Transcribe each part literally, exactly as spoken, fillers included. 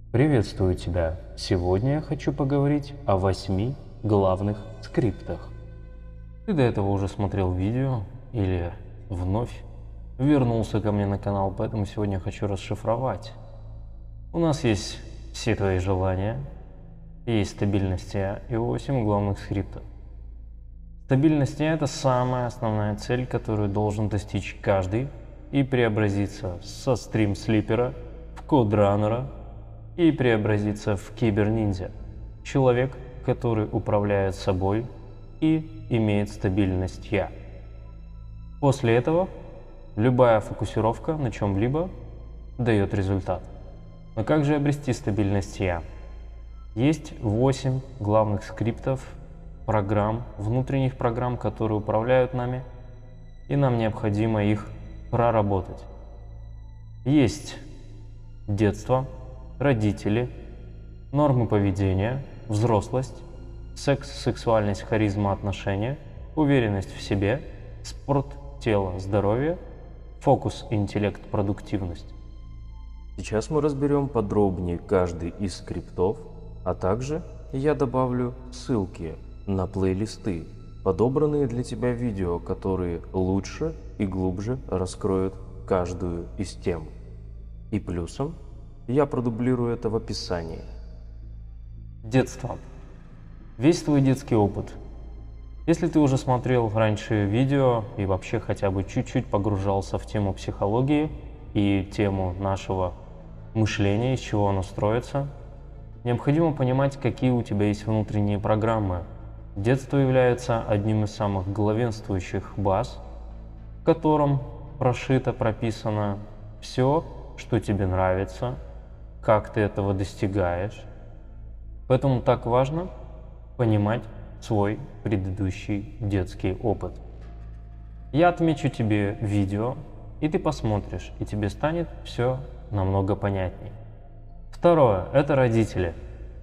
Приветствую тебя! Сегодня я хочу поговорить о восьми главных скриптах. Ты до этого уже смотрел видео или вновь вернулся ко мне на канал, поэтому сегодня я хочу расшифровать. У нас есть все твои желания, есть стабильность я и восемь главных скриптов. Стабильность я — это самая основная цель, которую должен достичь каждый и преобразиться со стрим-слипера в кодраннера и преобразиться в киберниндзя. Человек, который управляет собой и имеет стабильность я. После этого любая фокусировка на чем-либо дает результат. Но как же обрести стабильность я? Есть восемь главных скриптов, программ, внутренних программ, которые управляют нами, и нам необходимо их проработать. Есть детство, родители, нормы поведения, взрослость, секс, сексуальность, харизма, отношения, уверенность в себе, спорт, тело, здоровье, фокус, интеллект, продуктивность. Сейчас мы разберем подробнее каждый из скриптов, а также я добавлю ссылки на плейлисты, подобранные для тебя видео, которые лучше и глубже раскроют каждую из тем. И плюсом я продублирую это в описании. Детство. Весь твой детский опыт. Если ты уже смотрел раньше видео и вообще хотя бы чуть-чуть погружался в тему психологии и тему нашего мышления, из чего оно строится, необходимо понимать, какие у тебя есть внутренние программы. Детство является одним из самых главенствующих баз, в котором прошито, прописано все, что тебе нравится, как ты этого достигаешь. Поэтому так важно понимать свой предыдущий детский опыт. Я отмечу тебе видео, и ты посмотришь, и тебе станет все намного понятней. Второе – это родители.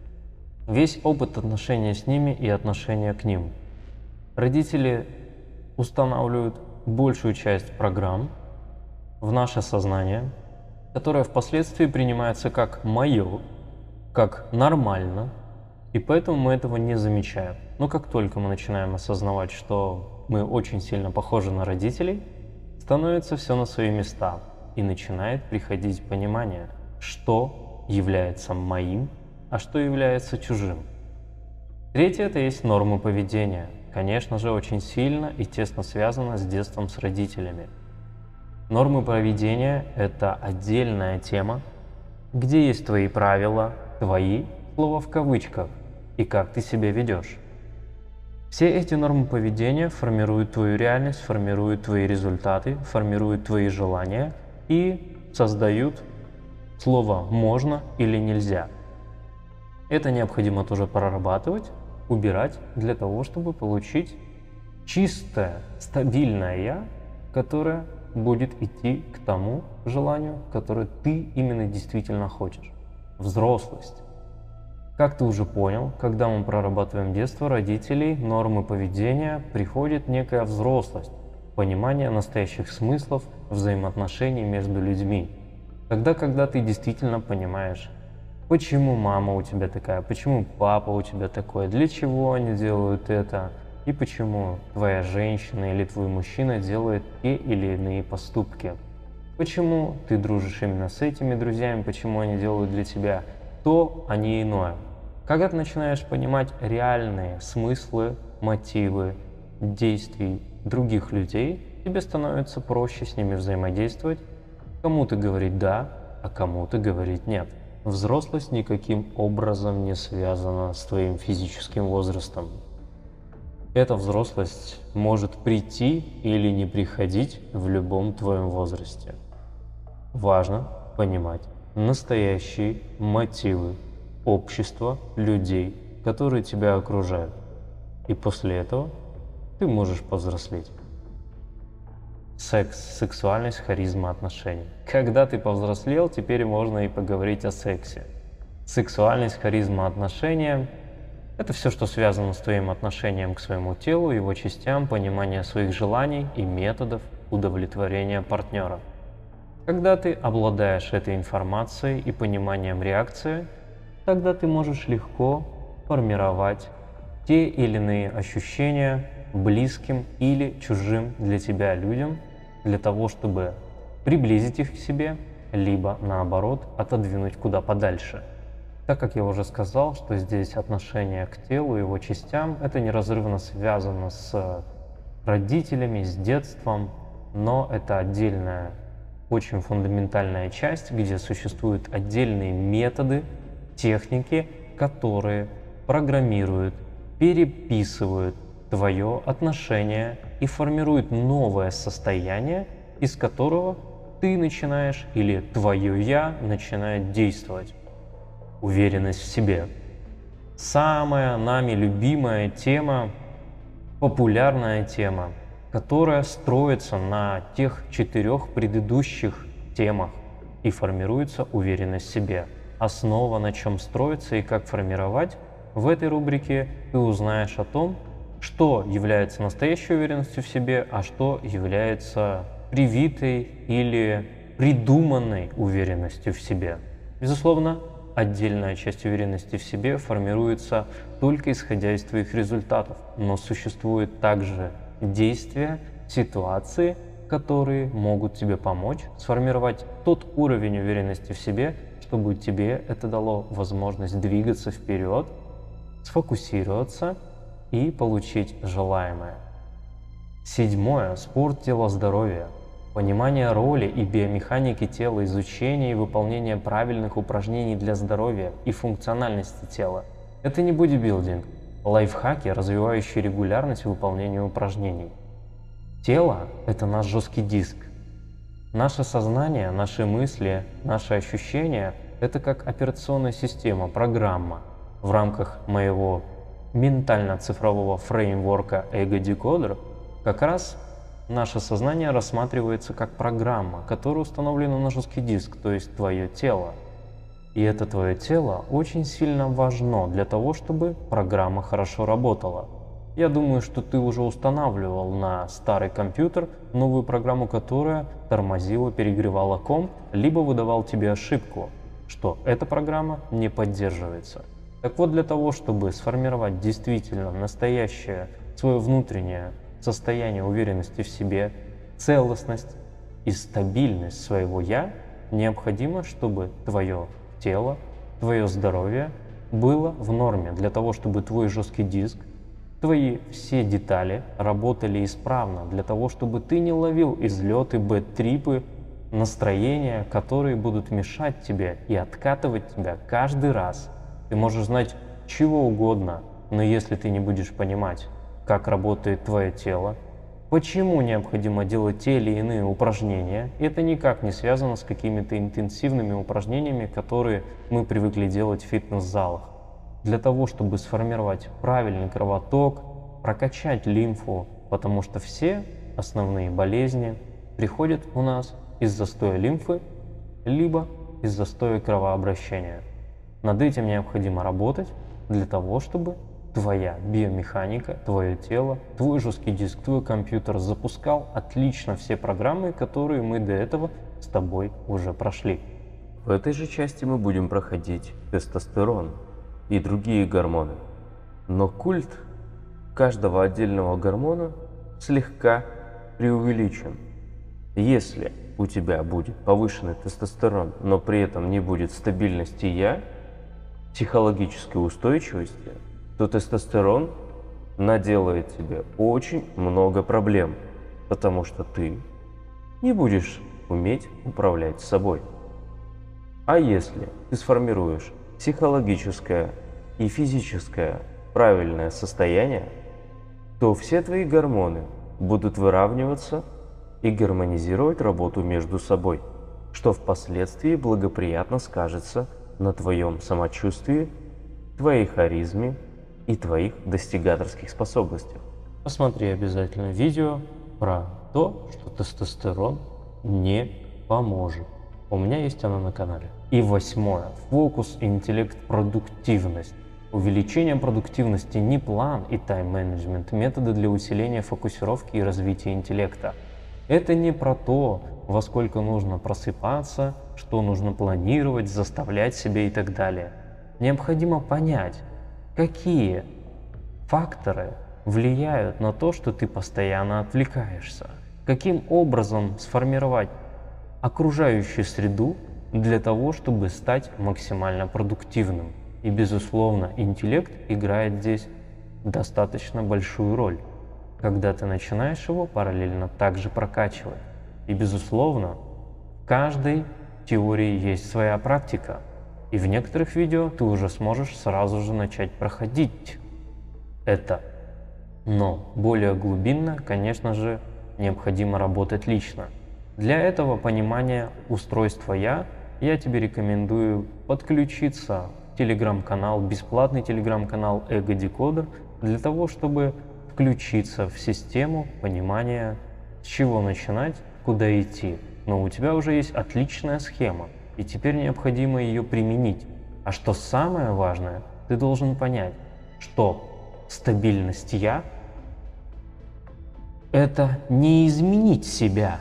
Весь опыт отношения с ними и отношения к ним. Родители устанавливают большую часть программ в наше сознание, которое впоследствии принимается как «моё», как «нормально», и поэтому мы этого не замечаем. Но как только мы начинаем осознавать, что мы очень сильно похожи на родителей, становится все на свои места, и начинает приходить понимание, что является моим, а что является чужим. Третье – это есть нормы поведения. Конечно же, очень сильно и тесно связано с детством с родителями. Нормы поведения – это отдельная тема, где есть твои правила, твои, слово в кавычках, и как ты себя ведешь. Все эти нормы поведения формируют твою реальность, формируют твои результаты, формируют твои желания и создают слово «можно» или «нельзя». Это необходимо тоже прорабатывать, убирать для того, чтобы получить чистое, стабильное «я», которое будет идти к тому желанию, которое ты именно действительно хочешь. Взрослость. Как ты уже понял, когда мы прорабатываем детство родителей, нормы поведения, приходит некая взрослость, понимание настоящих смыслов взаимоотношений между людьми. Тогда, когда ты действительно понимаешь, почему мама у тебя такая, почему папа у тебя такой, для чего они делают это, и почему твоя женщина или твой мужчина делает те или иные поступки. Почему ты дружишь именно с этими друзьями, почему они делают для тебя то, а не иное. Когда ты начинаешь понимать реальные смыслы, мотивы, действий других людей, тебе становится проще с ними взаимодействовать, кому-то говорить «да», а кому-то говорить «нет». Взрослость никаким образом не связана с твоим физическим возрастом. Эта взрослость может прийти или не приходить в любом твоем возрасте. Важно понимать настоящие мотивы общества, людей, которые тебя окружают. И после этого ты можешь повзрослеть. Секс, сексуальность, харизма, отношения. Когда ты повзрослел, теперь можно и поговорить о сексе. Сексуальность, харизма, отношения – это все, что связано с твоим отношением к своему телу, его частям, понимание своих желаний и методов удовлетворения партнера. Когда ты обладаешь этой информацией и пониманием реакции, тогда ты можешь легко формировать те или иные ощущения близким или чужим для тебя людям, для того, чтобы приблизить их к себе, либо наоборот отодвинуть куда подальше. Так как я уже сказал, что здесь отношение к телу и его частям, это неразрывно связано с родителями, с детством, но это отдельная, очень фундаментальная часть, где существуют отдельные методы, техники, которые программируют, переписывают твое отношение и формируют новое состояние, из которого ты начинаешь или твое «я» начинает действовать. Уверенность в себе. Самая нами любимая тема, популярная тема, которая строится на тех четырех предыдущих темах и формируется уверенность в себе. Основа, на чем строится и как формировать, в этой рубрике ты узнаешь о том, что является настоящей уверенностью в себе, а что является привитой или придуманной уверенностью в себе. Безусловно, отдельная часть уверенности в себе формируется только исходя из твоих результатов, но существуют также действия, ситуации, которые могут тебе помочь сформировать тот уровень уверенности в себе, чтобы тебе это дало возможность двигаться вперед, сфокусироваться и получить желаемое. Седьмое. Спорт, тело, здоровье. Понимание роли и биомеханики тела, изучение и выполнение правильных упражнений для здоровья и функциональности тела. Это не бодибилдинг, лайфхаки, развивающие регулярность выполнения упражнений. Тело – это наш жесткий диск. Наше сознание, наши мысли, наши ощущения – это как операционная система, программа. В рамках моего ментально-цифрового фреймворка Ego-Decoder как раз наше сознание рассматривается как программа, которая установлена на жесткий диск, то есть твое тело. И это твое тело очень сильно важно для того, чтобы программа хорошо работала. Я думаю, что ты уже устанавливал на старый компьютер новую программу, которая тормозила, перегревала комп, либо выдавал тебе ошибку, что эта программа не поддерживается. Так вот, для того, чтобы сформировать действительно настоящее свое внутреннее состояние уверенности в себе, целостность и стабильность своего «я», необходимо, чтобы твое тело, твое здоровье было в норме, для того, чтобы твой жесткий диск, твои все детали работали исправно, для того, чтобы ты не ловил излеты, бэд-трипы, настроения, которые будут мешать тебе и откатывать тебя каждый раз. Ты можешь знать чего угодно, но если ты не будешь понимать, как работает твое тело, почему необходимо делать те или иные упражнения, это никак не связано с какими-то интенсивными упражнениями, которые мы привыкли делать в фитнес-залах. Для того, чтобы сформировать правильный кровоток, прокачать лимфу, потому что все основные болезни приходят у нас из застоя лимфы, либо из застоя кровообращения. Над этим необходимо работать для того, чтобы твоя биомеханика, твое тело, твой жесткий диск, твой компьютер запускал отлично все программы, которые мы до этого с тобой уже прошли. В этой же части мы будем проходить тестостерон и другие гормоны. Но культ каждого отдельного гормона слегка преувеличен. Если у тебя будет повышенный тестостерон, но при этом не будет стабильности «я», психологической устойчивости, то тестостерон наделает тебе очень много проблем, потому что ты не будешь уметь управлять собой. А если ты сформируешь психологическое и физическое правильное состояние, то все твои гормоны будут выравниваться и гармонизировать работу между собой, что впоследствии благоприятно скажется на твоем самочувствии, твоей харизме и твоих достигаторских способностях. Посмотри обязательно видео про то, что тестостерон не поможет. У меня есть оно на канале. И восьмое. Фокус, интеллект, продуктивность. Увеличение продуктивности не план и тайм-менеджмент, методы для усиления фокусировки и развития интеллекта. Это не про то, во сколько нужно просыпаться, что нужно планировать, заставлять себя и так далее. необходимо понять, какие факторы влияют на то, что ты постоянно отвлекаешься, каким образом сформировать окружающую среду для того, чтобы стать максимально продуктивным. И, безусловно, интеллект играет здесь достаточно большую роль, когда ты начинаешь его параллельно также прокачивать. И, безусловно, в каждой теории есть своя практика, и в некоторых видео ты уже сможешь сразу же начать проходить это. Но более глубинно, конечно же, необходимо работать лично. Для этого понимания устройства «Я» я тебе рекомендую подключиться в телеграм-канал, бесплатный телеграм-канал Эго Декодер, для того, чтобы включиться в систему понимания, с чего начинать, куда идти. Но у тебя уже есть отличная схема, и теперь необходимо ее применить. А что самое важное, ты должен понять, что стабильность «Я» — это не изменить себя,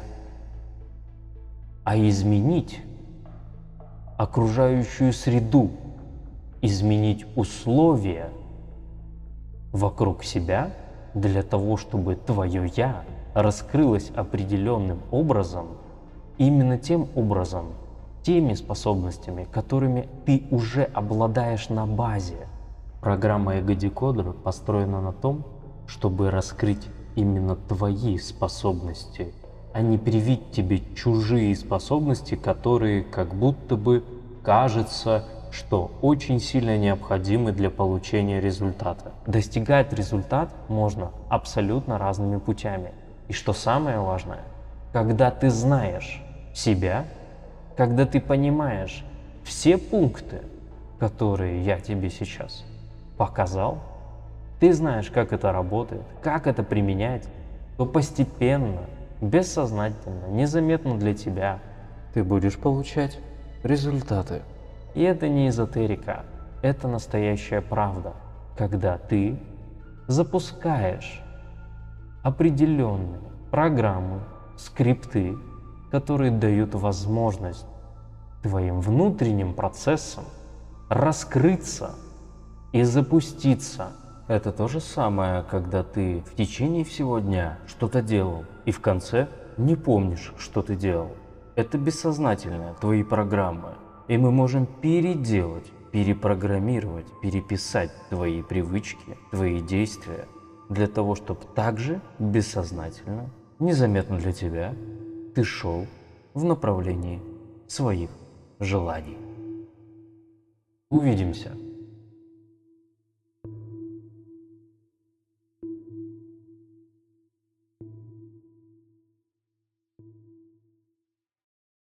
а изменить окружающую среду, изменить условия вокруг себя для того, чтобы твое «Я» раскрылось определенным образом, именно тем образом, теми способностями, которыми ты уже обладаешь на базе. Программа Эго Декодер построена на том, чтобы раскрыть именно твои способности, а не привить тебе чужие способности, которые как будто бы кажется, что очень сильно необходимы для получения результата. Достигать результат можно абсолютно разными путями. И что самое важное, когда ты знаешь себя, когда ты понимаешь все пункты, которые я тебе сейчас показал, ты знаешь, как это работает, как это применять, то постепенно, бессознательно, незаметно для тебя ты будешь получать результаты. И это не эзотерика, это настоящая правда, когда ты запускаешь определенные программы, скрипты, которые дают возможность твоим внутренним процессам раскрыться и запуститься. Это то же самое, когда ты в течение всего дня что-то делал, и в конце не помнишь, что ты делал. Это бессознательно, твои программы. И мы можем переделать, перепрограммировать, переписать твои привычки, твои действия, для того, чтобы также бессознательно, незаметно для тебя, ты шел в направлении своих желаний. Увидимся!